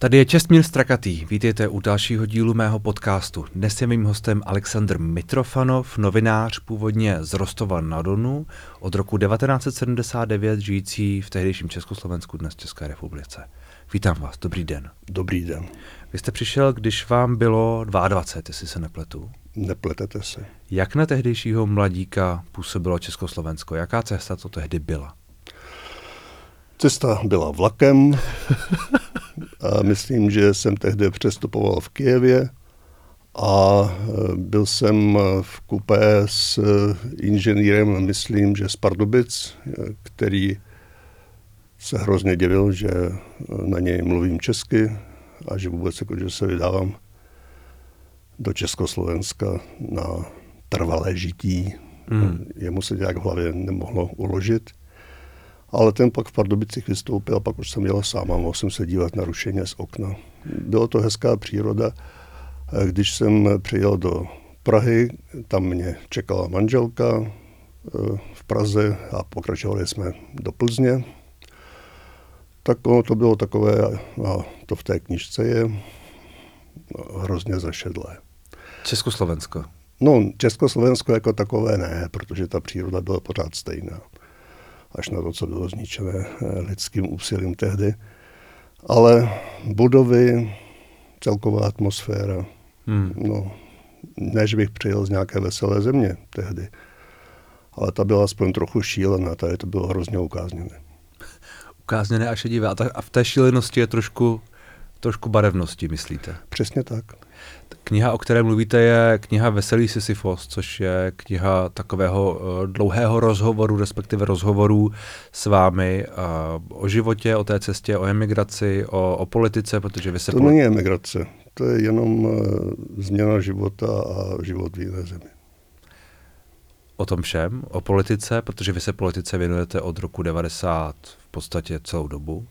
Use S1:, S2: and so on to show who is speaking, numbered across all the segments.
S1: Tady je Čestmír Strakatý. Vítejte u dalšího dílu mého podcastu. Dnes je mým hostem Alexandr Mitrofanov, novinář původně z Rostova na Donu, od roku 1979 žijící v tehdejším Československu, dnes České republice. Vítám vás, dobrý den.
S2: Dobrý den.
S1: Vy jste přišel, když vám bylo 22, jestli se nepletu.
S2: Nepletete se.
S1: Jak na tehdejšího mladíka působilo Československo? Jaká cesta to tehdy byla?
S2: Cesta byla vlakem a myslím, že jsem tehdy přestupoval v Kyjevě a byl jsem v kupé s inženýrem, myslím, že z Pardubic, který se hrozně divil, že na něj mluvím česky a že vůbec že se vydávám do Československa na trvalé žití. Jemu se nějak v hlavě nemohlo uložit. Ale ten pak v Pardubicích vystoupil a pak už jsem jel sám a mohl jsem se dívat na rušeně z okna. Bylo to hezká příroda. Když jsem přijel do Prahy, tam mě čekala manželka v Praze a pokračovali jsme do Plzně. Tak ono to bylo takové, a to v té knížce je, hrozně zašedlé.
S1: Československo?
S2: No, Československo jako takové ne, protože ta příroda byla pořád stejná. Až na to, co bylo zničené lidským úsilím tehdy. Ale budovy, celková atmosféra, no, ne, že bych přijel z nějaké veselé země tehdy, ale ta byla aspoň trochu šílená, tady to bylo hrozně ukázněné.
S1: Ukázněné a šedivé. A v té šílenosti je trošku barevnosti, myslíte?
S2: Přesně tak.
S1: Kniha, o které mluvíte, je kniha Veselý Sisyfos, což je kniha takového dlouhého rozhovoru, respektive rozhovorů s vámi o životě, o té cestě, o emigraci, o politice, protože vy se...
S2: To není emigrace, to je jenom změna života a život v jiné zemi. O
S1: tom všem, o politice, protože vy se politice věnujete od roku 90 v podstatě celou dobu,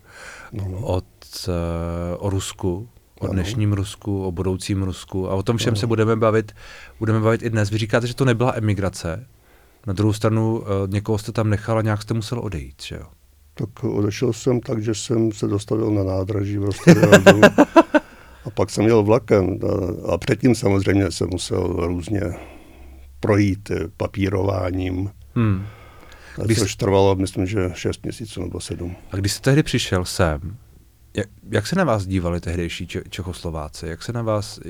S1: o Rusku, o dnešním Rusku, o budoucím Rusku a o tom všem se budeme bavit i dnes. Vy říkáte, že to nebyla emigrace. Na druhou stranu někoho jste tam nechal a nějak jste musel odejít, že jo?
S2: Tak odešel jsem tak, že jsem se dostavil na nádraží v Rostově na Donu a pak jsem jel vlakem a předtím samozřejmě jsem musel různě projít papírováním. Což trvalo, myslím, že 6 měsíců nebo 7.
S1: A když jste tehdy přišel sem, jak se na vás dívali tehdejší Čechoslováci? Jak se na vás...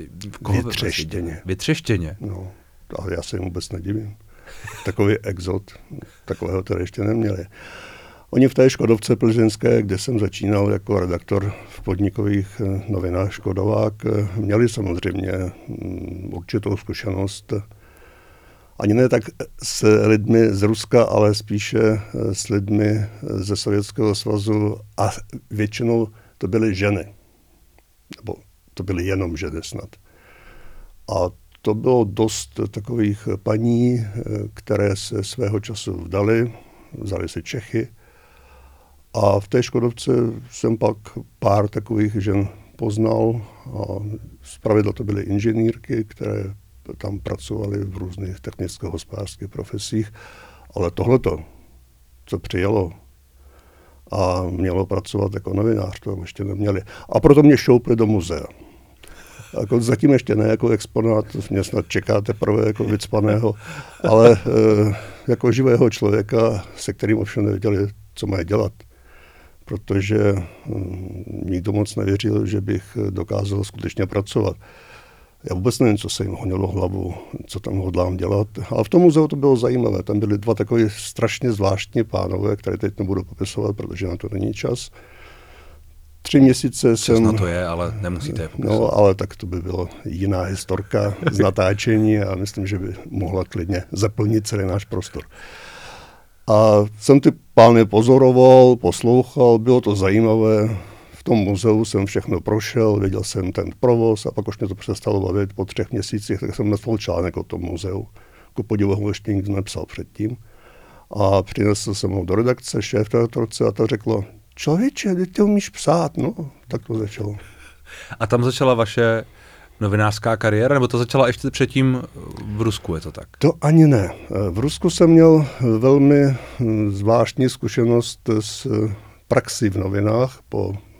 S1: Vytřeštěně.
S2: No, ale já se jim vůbec nedivím. Takový exot, takového tady ještě neměli. Oni v té Škodovce plzeňské, kde jsem začínal jako redaktor v podnikových novinách Škodovák, měli samozřejmě určitou zkušenost. Ani ne tak s lidmi z Ruska, ale spíše s lidmi ze Sovětského svazu a většinou to byly ženy. Nebo to byly jenom ženy snad. A to bylo dost takových paní, které se svého času vzali se Čechy. A v té Škodovce jsem pak pár takových žen poznal. A zpravidla to byly inženýrky, které tam pracovali v různých technicko-hospodářských profesích. Ale tohleto, co přijelo a mělo pracovat jako novinář, to tam ještě neměli. A proto mě šoupli do muzea. Jako zatím ještě ne jako exponát, mě snad čeká teprve jako vycpaného, ale jako živého člověka, se kterým ovšem nevěděli, co mají dělat. Protože nikdo moc nevěřil, že bych dokázal skutečně pracovat. Já vůbec nevím, co se jim honilo hlavu, co tam hodlám dělat. Ale v tom muzeu to bylo zajímavé. Tam byly dva takové strašně zvláštní pánové, které teď nebudu popisovat, protože na to není čas. 3 měsíce jsem...
S1: na to je, ale nemusíte je popisovat.
S2: No, ale tak to by bylo jiná historka z natáčení a myslím, že by mohla klidně zaplnit celý náš prostor. A jsem ty pány pozoroval, poslouchal, bylo to zajímavé. V tom muzeu jsem všechno prošel, viděl jsem ten provoz a pak už mě to přestalo bavit po 3 měsících, tak jsem napsal článek o tom muzeu. Ku podivu ho ještě nikdo nepsal předtím. A přinesl jsem ho do redakce, šéfredaktorce a ta řekla, člověče, ty umíš psát, no, tak to začalo.
S1: A tam začala vaše novinářská kariéra, nebo to začala ještě předtím v Rusku, je to tak?
S2: To ani ne. V Rusku jsem měl velmi zvláštní zkušenost s praxí v novinách po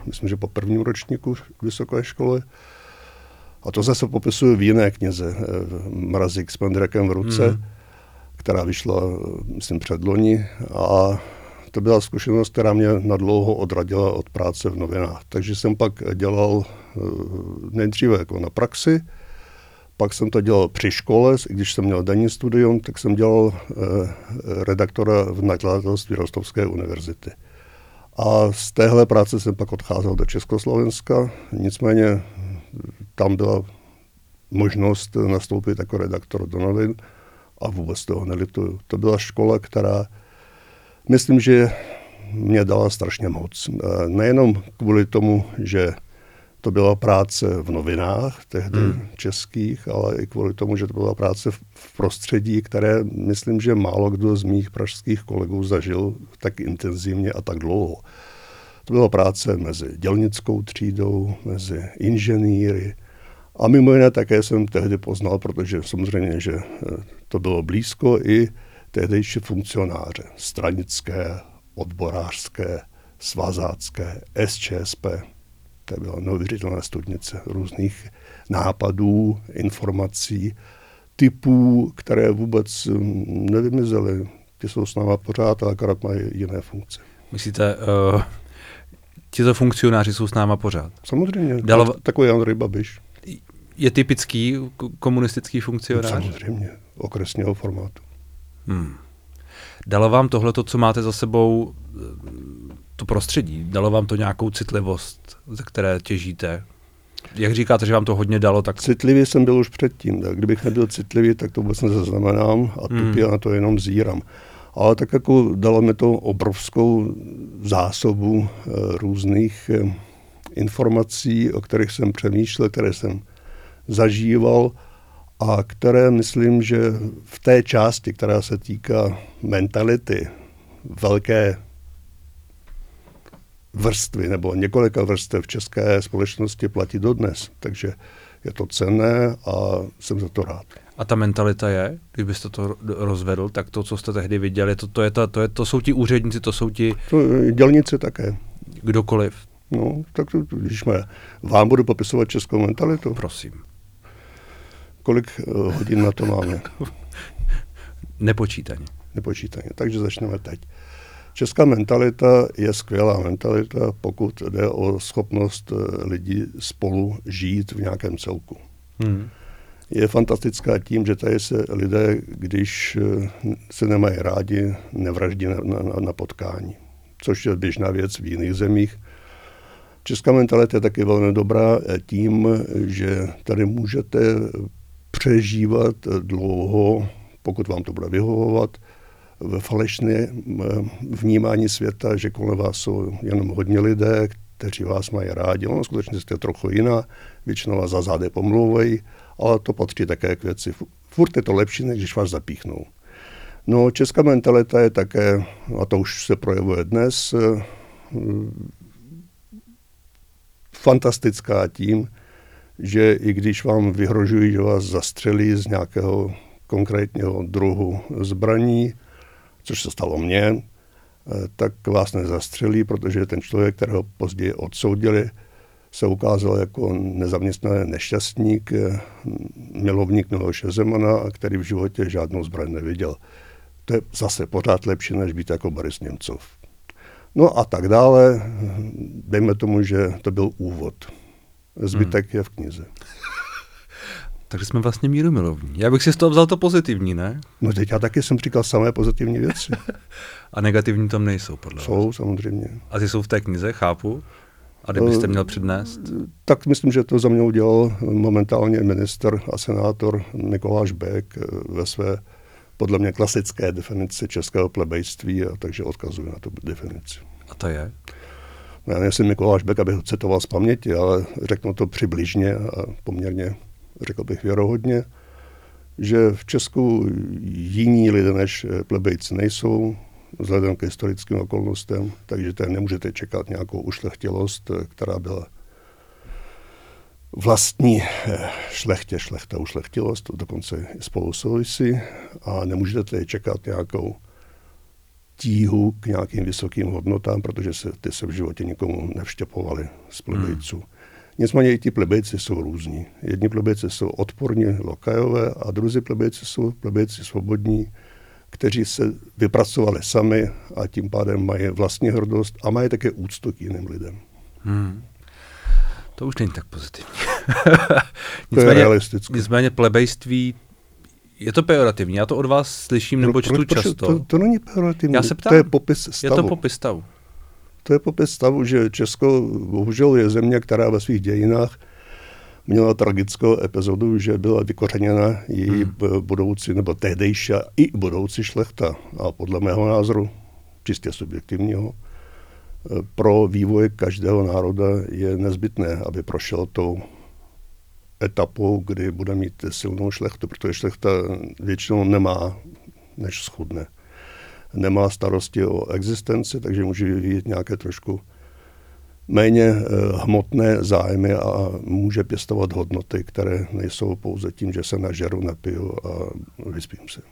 S2: myslím, že po prvním ročníku vysoké školy. A to zase popisuju v jiné knize, Mrazík s pendrekem v ruce, která vyšla, myslím, předloni. A to byla zkušenost, která mě nadlouho odradila od práce v novinách. Takže jsem pak dělal nejdříve jako na praxi, pak jsem to dělal při škole, když jsem měl denní studium, tak jsem dělal redaktora v nakladatelství Rostovské univerzity. A z téhle práce jsem pak odcházel do Československa, nicméně tam byla možnost nastoupit jako redaktor do novin a vůbec toho nelituju. To byla škola, která, myslím, že mě dala strašně moc. Nejenom kvůli tomu, že to byla práce v novinách, tehdy českých, ale i kvůli tomu, že to byla práce v prostředí, které myslím, že málo kdo z mých pražských kolegů zažil tak intenzivně a tak dlouho. To byla práce mezi dělnickou třídou, mezi inženýry a mimo jiné také jsem tehdy poznal, protože samozřejmě, že to bylo blízko i tehdejší funkcionáře, stranické, odborářské, svazácké, SČSP. To byla neuvěřitelná studnice různých nápadů, informací, typů, které vůbec nevymizely. Ty jsou s náma pořád, ale akorát mají jiné funkce.
S1: Myslíte, tito funkcionáři jsou s náma pořád?
S2: Samozřejmě, takový Andrej Babiš.
S1: Je typický komunistický funkcionář?
S2: Samozřejmě, okresního formátu.
S1: Dalo vám tohleto, co máte za sebou, to prostředí, dalo vám to nějakou citlivost, ze které těžíte? Jak říkáte, že vám to hodně dalo, tak...
S2: Citlivý jsem byl už předtím, tak kdybych nebyl citlivý, tak to vůbec nezaznamenám a tupě na to jenom zírám. Ale tak jako dalo mi to obrovskou zásobu různých informací, o kterých jsem přemýšlel, které jsem zažíval a které myslím, že v té části, která se týká mentality velké vrstvy nebo několika vrstev v české společnosti platí dodnes. Takže je to cenné a jsem za to rád.
S1: A ta mentalita je, kdybyste to rozvedl, tak to, co jste tehdy viděli, to jsou ti úředníci, to jsou ti...
S2: Dělníci také.
S1: Kdokoliv.
S2: No, tak když vám budu popisovat českou mentalitu.
S1: Prosím.
S2: Kolik hodin na to máme?
S1: Nepočítaně.
S2: Takže začneme teď. Česká mentalita je skvělá mentalita, pokud jde o schopnost lidí spolu žít v nějakém celku. Je fantastická tím, že tady se lidé, když se nemají rádi, nevraždí na potkání, což je běžná věc v jiných zemích. Česká mentalita je taky velmi dobrá tím, že tady můžete přežívat dlouho, pokud vám to bude vyhovovat, ve falešné vnímání světa, že kolem vás jsou jenom hodně lidé, kteří vás mají rádi. Ono skutečně jste trochu jiná, většinou vás za zády pomlouvají, ale to patří také k věci. Furt je to lepší, než když vás zapíchnou. No, česká mentalita je také, a to už se projevuje dnes, fantastická tím, že i když vám vyhrožují, že vás zastřelí z nějakého konkrétního druhu zbraní, což se stalo mně, tak vás nezastřelí, protože ten člověk, kterého později odsoudili, se ukázal jako nezaměstnaný nešťastník, milovník Miloše Zemana, který v životě žádnou zbraň neviděl. To je zase pořád lepší, než být jako Boris Němcov. No a tak dále. Dejme tomu, že to byl úvod. Zbytek je v knize.
S1: Takže jsme vlastně mírumilovní. Já bych si z toho vzal to pozitivní, ne?
S2: No teď já taky jsem říkal samé pozitivní věci.
S1: A negativní tam nejsou, podle vás?
S2: Jsou, samozřejmě.
S1: A ty jsou v té knize, chápu? A kdybyste měl přednést?
S2: Tak myslím, že to za mě udělal momentálně ministr a senátor Mikuláš Bek ve své, podle mě, klasické definici českého plebejství, a takže odkazuji na tu definici.
S1: A to je?
S2: Já nejsem Mikuláš Bek, abych ho citoval z paměti, ale řeknu to přibližně a poměrně, řekl bych, věrohodně, že v Česku jiní lidé než plebejci nejsou, vzhledem k historickým okolnostem, takže tady nemůžete čekat nějakou ušlechtilost, která byla vlastní šlechtě, šlechta, ušlechtilost, dokonce spolu souvisí, a nemůžete tady čekat nějakou tíhu k nějakým vysokým hodnotám, protože ty se v životě nikomu nevštěpovali z plebejců. Nicméně i ti plebejci jsou různí. Jedni plebejci jsou odporní lokajové a druzí plebejci jsou plebejci svobodní, kteří se vypracovali sami a tím pádem mají vlastní hrdost a mají také úctu k jiným lidem.
S1: To už není tak pozitivní.
S2: To je realistické.
S1: Nicméně plebejství, je to pejorativní, já to od vás slyším nebo čtu často.
S2: To není pejorativní,
S1: Já se ptám,
S2: to je popis stavu.
S1: Je to popis stavu.
S2: To je popis stavu, že Česko bohužel je země, která ve svých dějinách měla tragickou epizodu, že byla vykořeněna její budoucí, nebo tehdejší i budoucí šlechta. A podle mého názoru, čistě subjektivního, pro vývoj každého národa je nezbytné, aby prošel tou etapou, kdy bude mít silnou šlechtu, protože šlechta většinou nemá, než schudne. Nemá starosti o existenci, takže může vyvíjet nějaké trošku méně hmotné zájmy a může pěstovat hodnoty, které nejsou pouze tím, že se nažeru, napiju a vyspím se.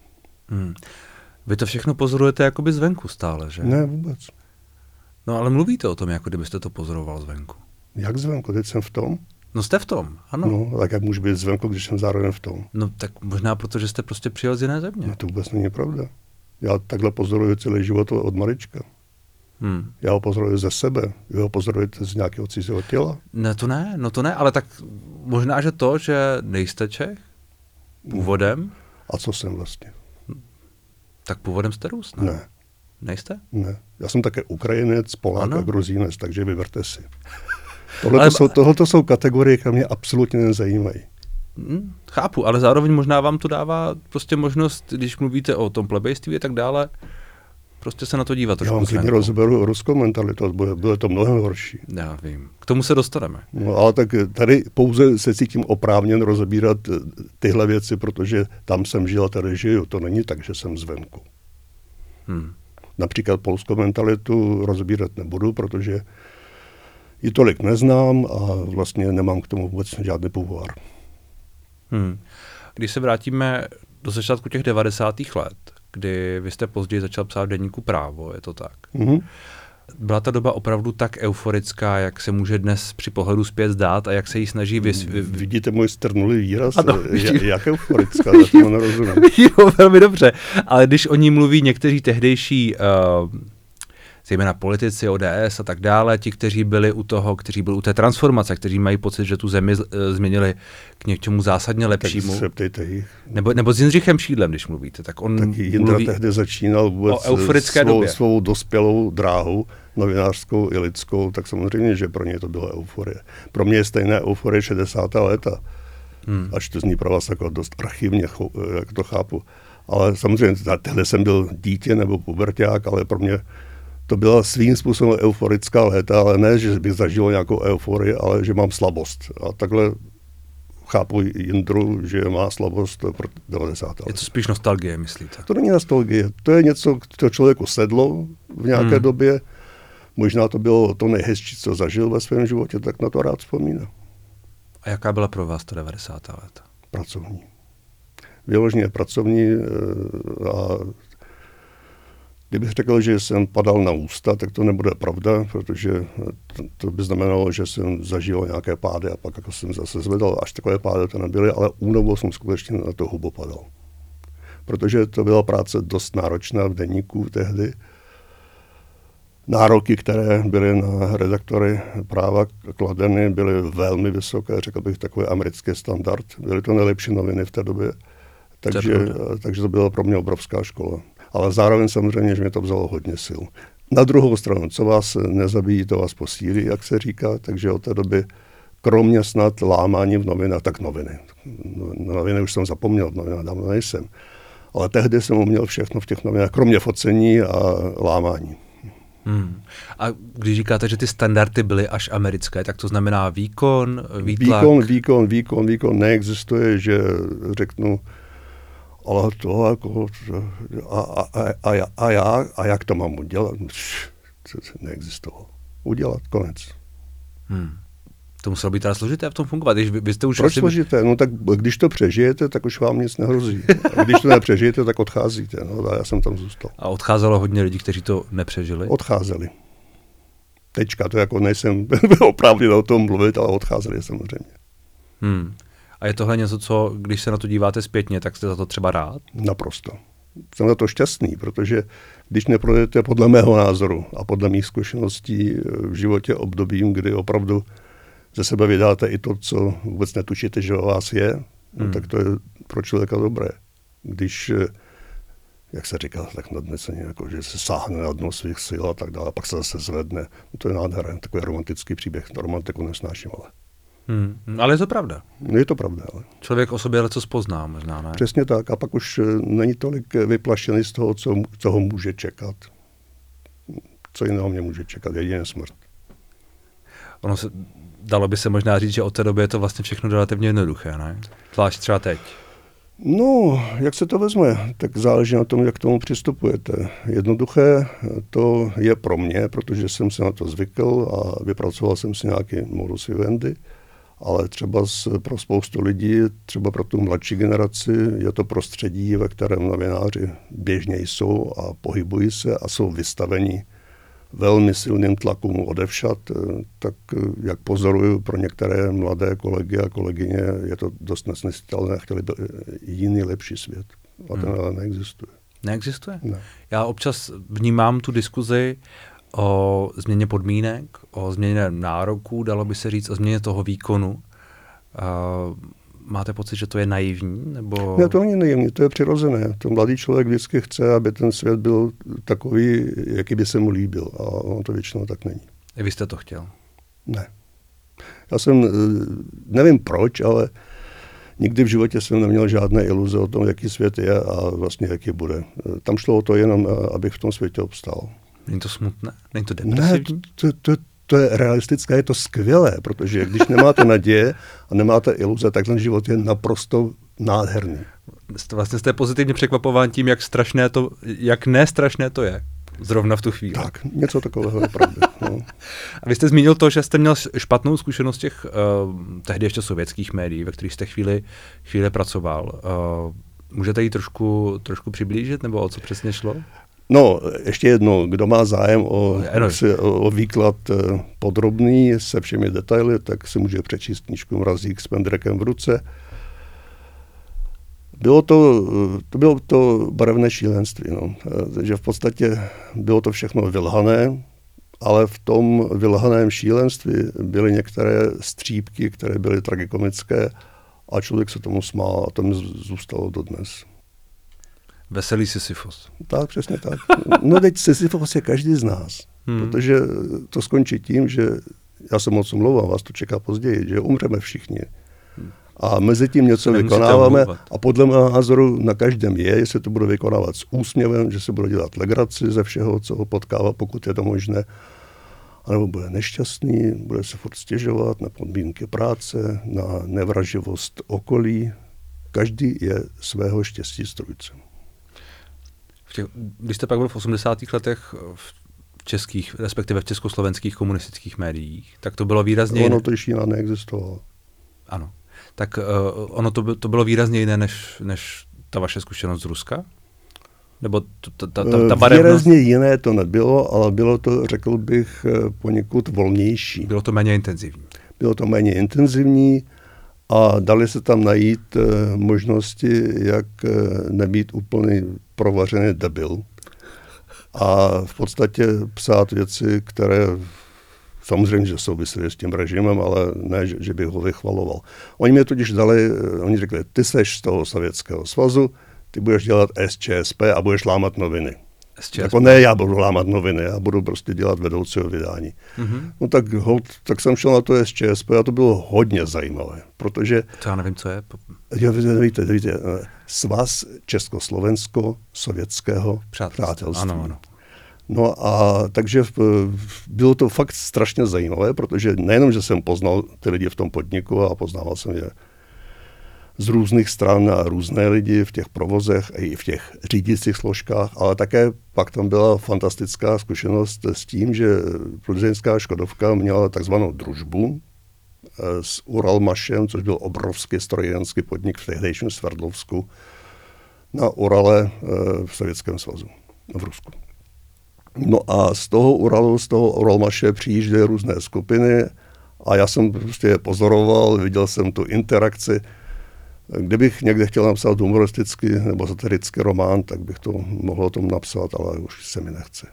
S1: Vy to všechno pozorujete jakoby zvenku stále, že?
S2: Ne, vůbec.
S1: No ale mluvíte o tom, jako kdybyste to pozoroval zvenku.
S2: Jak zvenku? Teď jsem v tom?
S1: No jste v tom, ano.
S2: No, tak jak můžu být zvenku, když jsem zároveň v tom?
S1: No tak možná proto, že jste prostě přijel z jiné země.
S2: No to vůbec není pravda. Já takhle pozoruju celý život od malička. Já ho pozoruju ze sebe. Vy ho pozorujete z nějakého cizího těla?
S1: No to ne, ale tak možná, že to, že nejste Čech původem.
S2: A co jsem vlastně? Tak
S1: původem jste Rus, ne?
S2: Ne.
S1: Nejste?
S2: Ne. Já jsem také Ukrajinec, Polák
S1: ano.
S2: A Gruzínec, takže vyberte si. Tohle jsou kategorie, které mě absolutně nezajímají.
S1: Chápu, ale zároveň možná vám to dává prostě možnost, když mluvíte o tom plebejství a tak dále, prostě se na to dívat trošku.
S2: Já vám klidně rozberu ruskou mentalitu, bylo to mnohem horší.
S1: Já vím, k tomu se dostaneme.
S2: No ale tak tady pouze se cítím oprávněn rozebírat tyhle věci, protože tam jsem žil a tady žiju. To není tak, že jsem zvenku. Například polskou mentalitu rozebírat nebudu, protože ji tolik neznám a vlastně nemám k tomu vůbec žádný původ.
S1: Když se vrátíme do začátku těch 90. let, kdy vy jste později začal psát v deníku Právo, je to tak? Byla ta doba opravdu tak euforická, jak se může dnes při pohledu zpět zdát a jak se jí snaží
S2: Vidíte můj strnulý výraz?
S1: Ano,
S2: jak euforická? Já tomu nerozumím.
S1: Jo, velmi dobře, ale když o ní mluví někteří tehdejší zejména politici, ODS a tak dále, ti, kteří byli u té transformace, kteří mají pocit, že tu zemi změnili k něčemu zásadně lepšímu.
S2: Tak se ptejte jich.
S1: Nebo s Jindřichem Šídlem, když mluvíte, tak on
S2: tak Jindra tehdy začínal vůbec svou dospělou dráhu, novinářskou i lidskou, tak samozřejmě, že pro ně to byla euforie. Pro mě je stejné euforie 60. léta. Až to zní pro vás jako dost archivně, jak to chápu. Ale samozřejmě, tehdy jsem byl dítě nebo puberťák, ale pro mě to byla svým způsobem euforická léta, ale ne, že bych zažil nějakou euforii, ale že mám slabost. A takhle chápu Jindru, že má slabost pro 90. let.
S1: Je to spíš nostalgie, myslíte?
S2: To není nostalgie. To je něco, co člověku sedlo v nějaké době. Možná to bylo to nejhezčí, co zažil ve svém životě, tak na to rád vzpomínám.
S1: A jaká byla pro vás ta 90. léta?
S2: Pracovní. Vyloženě pracovní a kdybych řekl, že jsem padal na ústa, tak to nebude pravda, protože to by znamenalo, že jsem zažil nějaké pády a pak jako jsem zase zvedal. Až takové pády to nebyly, ale únovu jsem skutečně na to hubo padal. Protože to byla práce dost náročná v deníku tehdy. Nároky, které byly na redaktory Práva kladeny, byly velmi vysoké, řekl bych takový americký standard. Byly to nejlepší noviny v té době, takže to byla pro mě obrovská škola. Ale zároveň samozřejmě, že mě to vzalo hodně sil. Na druhou stranu, co vás nezabíjí, to vás posílí, jak se říká, takže od té doby, kromě snad lámání v novinách, tak noviny. Noviny už jsem zapomněl, v novinách dávno nejsem. Ale tehdy jsem uměl všechno v těch novinách, kromě focení a lámání.
S1: A když říkáte, že ty standardy byly až americké, tak to znamená výkon, výtlak?
S2: Výkon neexistuje, že řeknu, ale to jako, a jak to mám udělat? To neexistovalo. Udělat, konec.
S1: To muselo být teda složité v tom fungovat. Vy jste už
S2: Proč složité? No tak když to přežijete, tak už vám nic nehrozí. A když to nepřežijete, tak odcházíte. No, a já jsem tam zůstal.
S1: A odcházelo hodně lidí, kteří to nepřežili?
S2: Odcházeli. Tečka, to jako nejsem opravdu o tom mluvit, ale odcházeli samozřejmě.
S1: A je tohle něco, co, když se na to díváte zpětně, tak jste za to třeba rád?
S2: Naprosto. Jsem za to šťastný, protože když neprojdete podle mého názoru a podle mých zkušeností v životě obdobím, kdy opravdu ze sebe vydáte i to, co vůbec netušíte, že o vás je, tak to je pro člověka dobré. Když, jak se říká, tak nadneseně, jako, že se sáhne na dno svých sil a tak dále, a pak se zase zvedne. No, to je nádherné, takový romantický příběh. To romantiku nesnáším, ale.
S1: Ale je to pravda.
S2: No, je to pravda, ale.
S1: Člověk o sobě leco pozná, možná, ne?
S2: Přesně tak. A pak už není tolik vyplašený z toho, co ho může čekat. Co jiného mě může čekat, jedině smrt.
S1: Dalo by se možná říct, že od té doby je to vlastně všechno relativně jednoduché, ne? Zvlášť třeba teď.
S2: No, jak se to vezme, tak záleží na tom, jak k tomu přistupujete. Jednoduché to je pro mě, protože jsem se na to zvykl a vypracoval jsem si nějaký modus vivendi, ale třeba pro spoustu lidí, třeba pro tu mladší generaci, je to prostředí, ve kterém novináři běžně jsou a pohybují se a jsou vystaveni velmi silným tlakům odevšad, tak jak pozoruju pro některé mladé kolegy a kolegyně, je to dost nesnesitelné, chtěli by jiný lepší svět. A ten ale neexistuje.
S1: Neexistuje?
S2: Ne.
S1: Já občas vnímám tu diskuzi o změně podmínek, o změně nároků, dalo by se říct o změně toho výkonu. Máte pocit, že to je naivní? Nebo...
S2: Ne, to není naivní, to je přirozené. To mladý člověk vždycky chce, aby ten svět byl takový, jaký by se mu líbil. A on to většinou tak není.
S1: I vy jste to chtěl?
S2: Ne. Já jsem, nevím proč, ale nikdy v životě jsem neměl žádné iluze o tom, jaký svět je a vlastně jaký bude. Tam šlo o to jenom, abych v tom světě obstál.
S1: Není to smutné? Není to depresivní?
S2: Ne, to je realistické, je to skvělé, protože když nemáte naděje a nemáte iluze, tak ten život je naprosto nádherný.
S1: Vlastně jste pozitivně překvapován tím, jak nestrašné to je. Zrovna v tu chvíli.
S2: Tak, něco takového je pravda. No.
S1: A vy jste zmínil to, že jste měl špatnou zkušenost těch tehdy ještě sovětských médií, ve kterých jste chvíli pracoval. Můžete ji trošku přiblížit, nebo o co přesně šlo?
S2: No, ještě jednou, kdo má zájem o výklad podrobný se všemi detaily, tak si může přečíst knížku Mrazík s pendrekem v ruce. Bylo to barevné šílenství. No. Takže v podstatě bylo to všechno vylhané, ale v tom vylhaném šílenství byly některé střípky, které byly tragikomické a člověk se tomu smál a to mi zůstalo dodnes.
S1: Veselý Sisyfos.
S2: Tak, přesně tak. No teď Sisyfos je každý z nás, protože to skončí tím, že já se moc omlouvám, vás to čeká později, že umřeme všichni. A mezi tím něco vykonáváme a podle mého názoru na každém je, jestli to bude vykonávat s úsměvem, že se bude dělat legraci ze všeho, co ho potkává, pokud je to možné, anebo bude nešťastný, bude se furt stěžovat na podmínky práce, na nevraživost okolí. Každý je svého štěstí strůjcem.
S1: Když jste pak byl v 80. letech v českých, respektive v československých komunistických médiích, tak to bylo výrazně...
S2: Ono to již jiná neexistovalo.
S1: Ano. Tak ono to bylo výrazně jiné než ta vaše zkušenost z Ruska? Nebo ta barevnost?
S2: Výrazně jiné to nebylo, ale bylo to, řekl bych, poněkud volnější.
S1: Bylo to méně intenzivní.
S2: Bylo to méně intenzivní a dali se tam najít možnosti, jak nebýt úplný provařený debil. A v podstatě psát věci, které samozřejmě, že souvisely s tím režimem, ale ne, že bych ho vychvaloval. Oni mě totiž oni řekli, ty seš z toho Sovětského svazu, ty budeš dělat SČSP a budeš lámat noviny. Jako ne, já budu lámat noviny, já budu prostě dělat vedoucího vydání. Mm-hmm. No tak jsem šel na to SČSP a to bylo hodně zajímavé, protože...
S1: To já nevím, co je.
S2: Víte, Svaz Československo-sovětského přátelství.
S1: Ano.
S2: No a takže bylo to fakt strašně zajímavé, protože nejenom, že jsem poznal ty lidi v tom podniku a poznával jsem je z různých stran a různé lidi v těch provozech a i v těch řídících složkách, ale také pak tam byla fantastická zkušenost s tím, že plzeňská Škodovka měla takzvanou družbu s Uralmašem, což byl obrovský strojírenský podnik v tehdejším Sverdlovsku, na Urale v Sovětském svazu, v Rusku. No a z toho Uralu, z toho Uralmaše přijížděly různé skupiny a já jsem prostě je pozoroval, viděl jsem tu interakci. Kdybych někde chtěl napsat humoristický nebo satirický román, tak bych to mohl o tom napsat, ale už se mi nechce.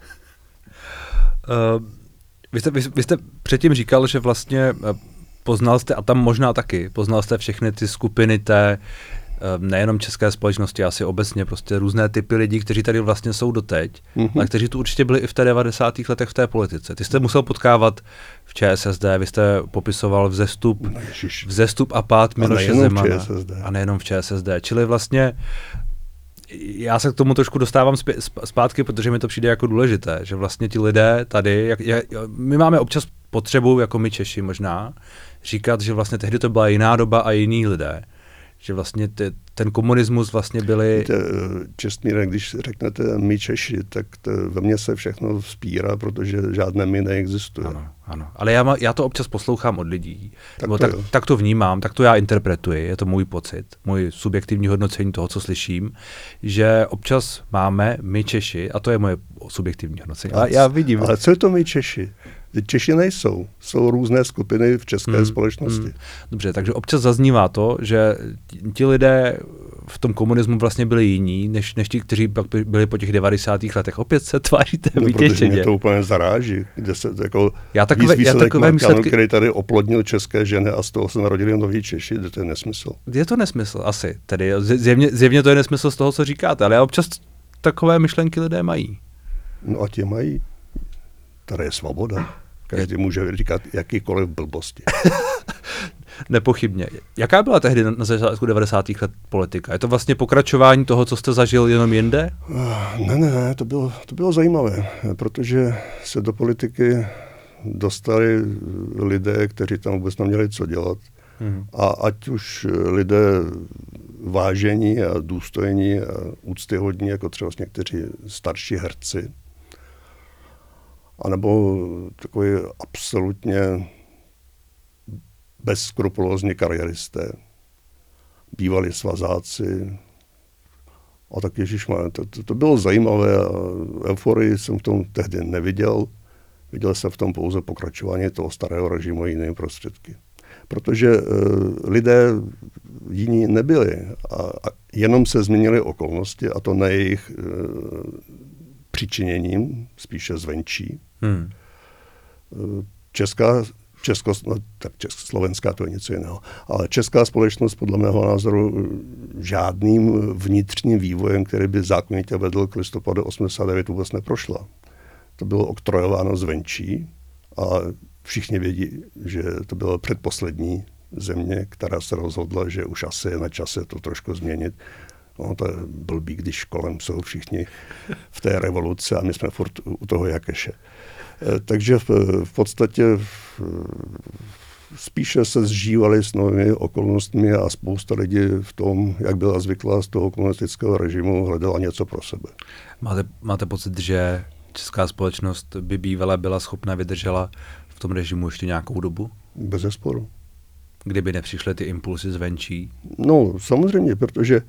S1: Vy jste předtím říkal, že vlastně poznal jste, a tam možná taky, poznal jste všechny ty skupiny té nejenom české společnosti, asi obecně prostě různé typy lidí, kteří tady vlastně jsou doteď, ale kteří tu určitě byli i v té 90. letech v té politice. Ty jste musel potkávat v ČSSD, vy jste popisoval vzestup a pád Miloše Zemana. A nejenom v ČSSD. Čili vlastně já se k tomu trošku dostávám zpátky, protože mi to přijde jako důležité, že vlastně ti lidé tady, my máme občas potřebu, jako my Češi možná, říkat, že vlastně tehdy to byla jiná doba a jiní lidé. Že vlastně ten komunismus vlastně byli...
S2: Víte, Čestmíre, když řeknete my Češi, tak ve mně se všechno vzpírá, protože žádné my neexistuje.
S1: Ano. Ale já to občas poslouchám od lidí. Tak to vnímám, tak to já interpretuji, je to můj pocit, můj subjektivní hodnocení toho, co slyším, že občas máme my Češi, a to je moje subjektivní hodnocení. Ale já vidím...
S2: Ale co je to my Češi? Češi nejsou. Jsou různé skupiny v české společnosti.
S1: Dobře, takže občas zaznívá to, že ti lidé v tom komunismu vlastně byli jiní, než ti, kteří pak byli po těch 90. letech. Opět se tváříte vytěšeně.
S2: Protože mě to úplně zaráží. Kde se jako výsledek Markanu, který tady oplodnil české ženy a z toho se narodili noví Češi, to je nesmysl.
S1: Je to nesmysl, asi. Tedy zjevně to je nesmysl z toho, co říkáte, ale občas takové myšlenky lidé mají.
S2: No a ti mají. Tady je svoboda. Každý může říkat jakýkoliv blbosti.
S1: Nepochybně. Jaká byla tehdy na začátku 90. let politika? Je to vlastně pokračování toho, co jste zažil jenom jinde?
S2: Ne, to bylo zajímavé, protože se do politiky dostali lidé, kteří tam vůbec neměli co dělat. A ať už lidé vážení a důstojní a úctyhodní, jako třeba někteří starší herci, anebo takový absolutně bezskrupulózní kariéristé, bývalí svazáci. A tak ježišmarja, to bylo zajímavé a euforii jsem v tom tehdy neviděl. Viděl jsem v tom pouze pokračování toho starého režimu jinými prostředky. Protože lidé jiní nebyli a jenom se změnily okolnosti a to ne jejich přičiněním, spíše zvenčí. Československá to je něco jiného. Ale česká společnost podle mého názoru žádným vnitřním vývojem, který by zákonitě vedl k listopadu 89, vůbec neprošla. To bylo oktrojováno zvenčí a všichni vědí, že to byla předposlední země, která se rozhodla, že už asi je na čase to trošku změnit. No, to je blbý, když kolem jsou všichni v té revoluci a my jsme furt u toho Jakeše. Takže v podstatě spíše se zžívali s novými okolnostmi a spousta lidí v tom, jak byla zvyklá z toho komunistického režimu, hledala něco pro sebe.
S1: Máte pocit, že česká společnost by bývala byla schopna vydržela v tom režimu ještě nějakou dobu?
S2: Bezesporu.
S1: Kdyby nepřišly ty impulsy zvenčí?
S2: No, samozřejmě, protože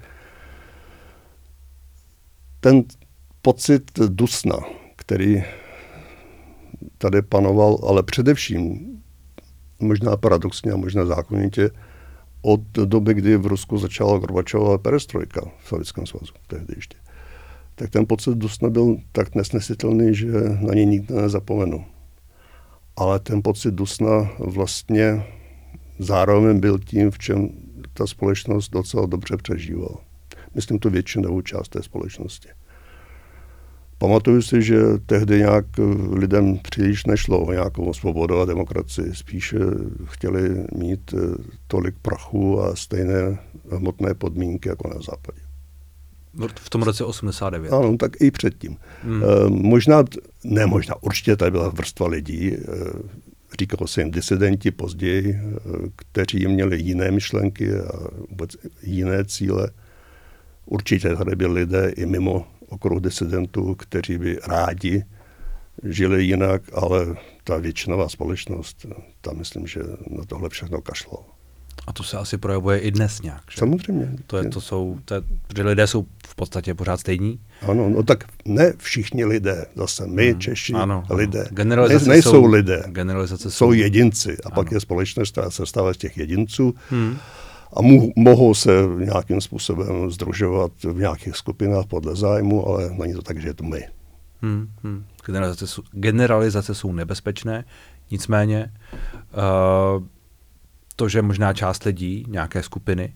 S2: ten pocit dusna, který tady panoval, ale především, možná paradoxně a možná zákonitě, od doby, kdy v Rusku začala Gorbačová perestrojka v Sovětském svazu, tehdy ještě. Tak ten pocit dusna byl tak nesnesitelný, že na něj nikdy nezapomenu. Ale ten pocit dusna vlastně zároveň byl tím, v čem ta společnost docela dobře přežívala. Myslím tu většinovou část té společnosti. Pamatuju si, že tehdy nějak lidem příliš nešlo o nějakou svobodu a demokracii. Spíše chtěli mít tolik prachu a stejné hmotné podmínky jako na západě.
S1: V tom roce 89.
S2: Ano, tak i předtím. Možná, určitě tady byla vrstva lidí, říkalo se jim disidenti později, kteří měli jiné myšlenky a vůbec jiné cíle. Určitě tady byli lidé i mimo okruh disidentů, kteří by rádi žili jinak, ale ta většinová společnost, tam myslím, že na tohle všechno kašlo.
S1: A to se asi projevuje i dnes nějak, že?
S2: Samozřejmě.
S1: Protože lidé jsou v podstatě pořád stejní.
S2: Ano, no tak ne všichni lidé, zase my, Češi, lidé.
S1: Nejsou
S2: lidé,
S1: generalizace
S2: jsou jedinci. A pak je společnost, která se stává z těch jedinců a mohou se nějakým způsobem sdružovat v nějakých skupinách podle zájmu, ale není to tak, že je to my.
S1: Generalizace jsou nebezpečné, nicméně to, že možná část lidí, nějaké skupiny,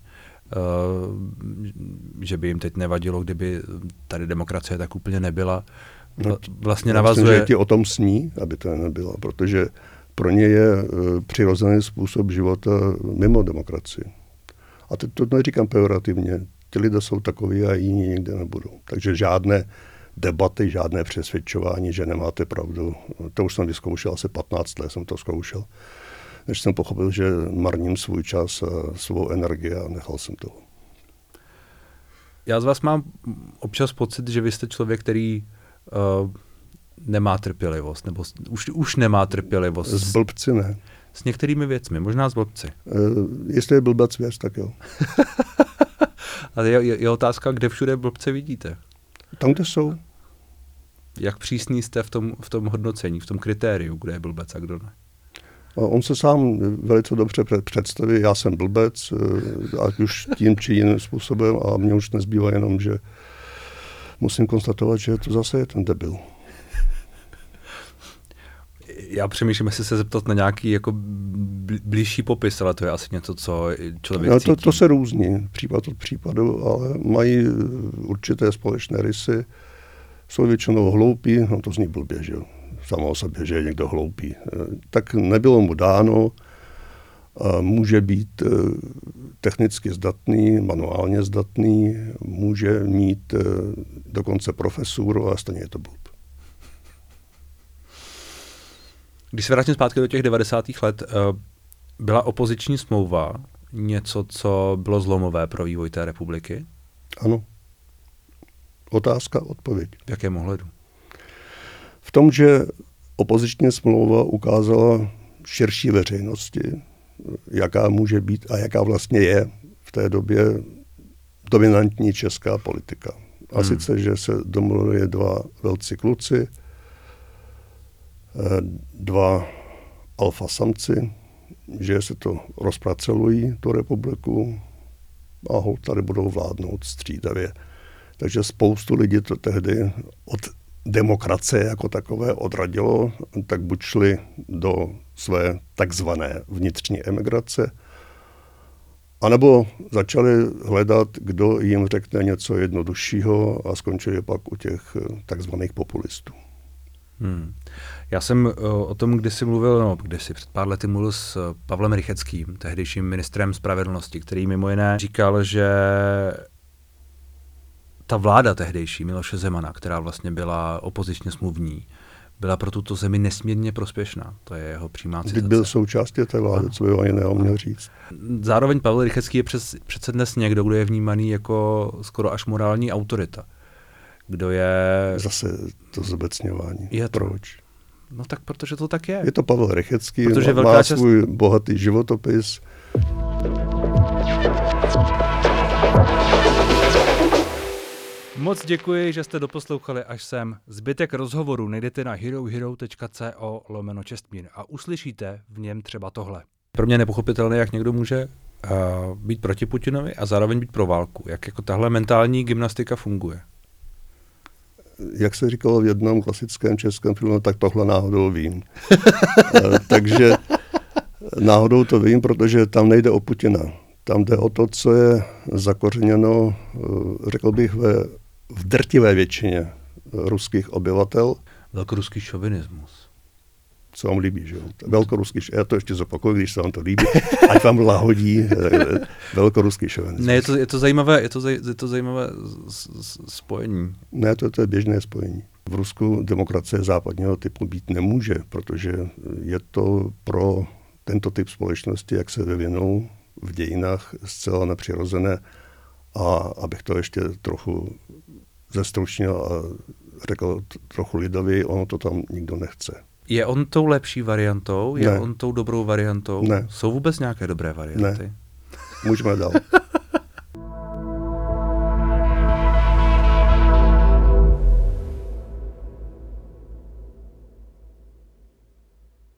S1: že by jim teď nevadilo, kdyby tady demokracie tak úplně nebyla, vlastně navazuje...
S2: Myslím, že ti o tom sní, aby to nebylo, protože pro ně je přirozený způsob života mimo demokracii. A to neříkám pejorativně. Ti lidé jsou takoví a jiní nikde nebudou. Takže žádné debaty, žádné přesvědčování, že nemáte pravdu. To už jsem vyzkoušel, asi 15 let jsem to zkoušel. Než jsem pochopil, že marním svůj čas a svou energii a nechal jsem toho.
S1: Já z vás mám občas pocit, že vy jste člověk, který nemá trpělivost, nebo už nemá trpělivost.
S2: S blbci ne.
S1: S některými věcmi, možná s blbci.
S2: Jestli je blbec věc, tak jo.
S1: Ale je otázka, kde všude blbce vidíte?
S2: Tam, kde jsou.
S1: Jak přísný jste v tom hodnocení, v tom kritériu, kde je blbec a kdo ne?
S2: On se sám velice dobře představí, já jsem blbec, ať už tím či jiným způsobem, a mně už nezbývá jenom, že musím konstatovat, že to zase je ten debil.
S1: Já přemýšlím, jestli se zeptat na nějaký jako blížší popis, ale to je asi něco, co člověk cítí.
S2: To se různí, případ od případu, ale mají určité společné rysy. Jsou většinou hloupí, no to zní blbě, že jo. Samo o sobě, že je někdo hloupý. Tak nebylo mu dáno, může být technicky zdatný, manuálně zdatný, může mít dokonce profesuru a stejně je to blb.
S1: Když se vrátím zpátky do těch 90. let, byla opoziční smlouva něco, co bylo zlomové pro vývoj té republiky?
S2: Ano. Otázka, odpověď.
S1: V jakém ohledu?
S2: V tom, že opoziční smlouva ukázala širší veřejnosti, jaká může být a jaká vlastně je v té době dominantní česká politika. A sice, že se domluvili dva velcí kluci, dva alfa samci, že se to rozpracelují, tu republiku, a holt tady budou vládnout střídavě. Takže spoustu lidí to tehdy od demokracie jako takové odradilo, tak buď šli do své takzvané vnitřní emigrace, anebo začali hledat, kdo jim řekne něco jednoduššího, a skončili pak u těch takzvaných populistů.
S1: Já jsem o tom kdysi před pár lety mluvil s Pavlem Rycheckým, tehdejším ministrem spravedlnosti, který mimo jiné říkal, že ta vláda tehdejší Miloše Zemana, která vlastně byla opozičně smluvní, byla pro tuto zemi nesmírně prospěšná. To je jeho přímá citace.
S2: Vždyť byl součástí té vlády, co by o jiného měl říct.
S1: Zároveň Pavel Rychecký je přece dnes někdo, kdo je vnímaný jako skoro až morální autorita. Kdo je... Zase
S2: to zobecňování. Proč?
S1: No tak protože to tak je.
S2: Je to Pavel Rychecký, má svůj bohatý životopis.
S1: Moc děkuji, že jste doposlouchali až sem. Zbytek rozhovoru najdete na herohero.co/Čestmír a uslyšíte v něm třeba tohle. Pro mě nepochopitelné, jak někdo může být proti Putinovi a zároveň být pro válku. Jak jako tahle mentální gymnastika funguje?
S2: Jak se říkalo v jednom klasickém českém filmu, tak tohle náhodou vím. Takže náhodou to vím, protože tam nejde o Putina. Tam jde o to, co je zakořeněno, řekl bych, v drtivé většině ruských obyvatel.
S1: Velkoruský šovinismus.
S2: Co vám líbí, že jo? Velkoruský, já to ještě zopakuju, když se vám to líbí, ať vám lahodí velkoruský šovinismus.
S1: Ne, je to zajímavé spojení.
S2: Ne, to je běžné spojení. V Rusku demokracie západního typu být nemůže, protože je to pro tento typ společnosti, jak se vyvinou v dějinách, zcela nepřirozené. A abych to ještě trochu zestručnil a řekl trochu lidově, ono to tam nikdo nechce.
S1: Je on tou lepší variantou? Je
S2: Ne.
S1: on tou dobrou variantou?
S2: Ne.
S1: Jsou vůbec nějaké dobré varianty?
S2: Ne. Můžeme dál.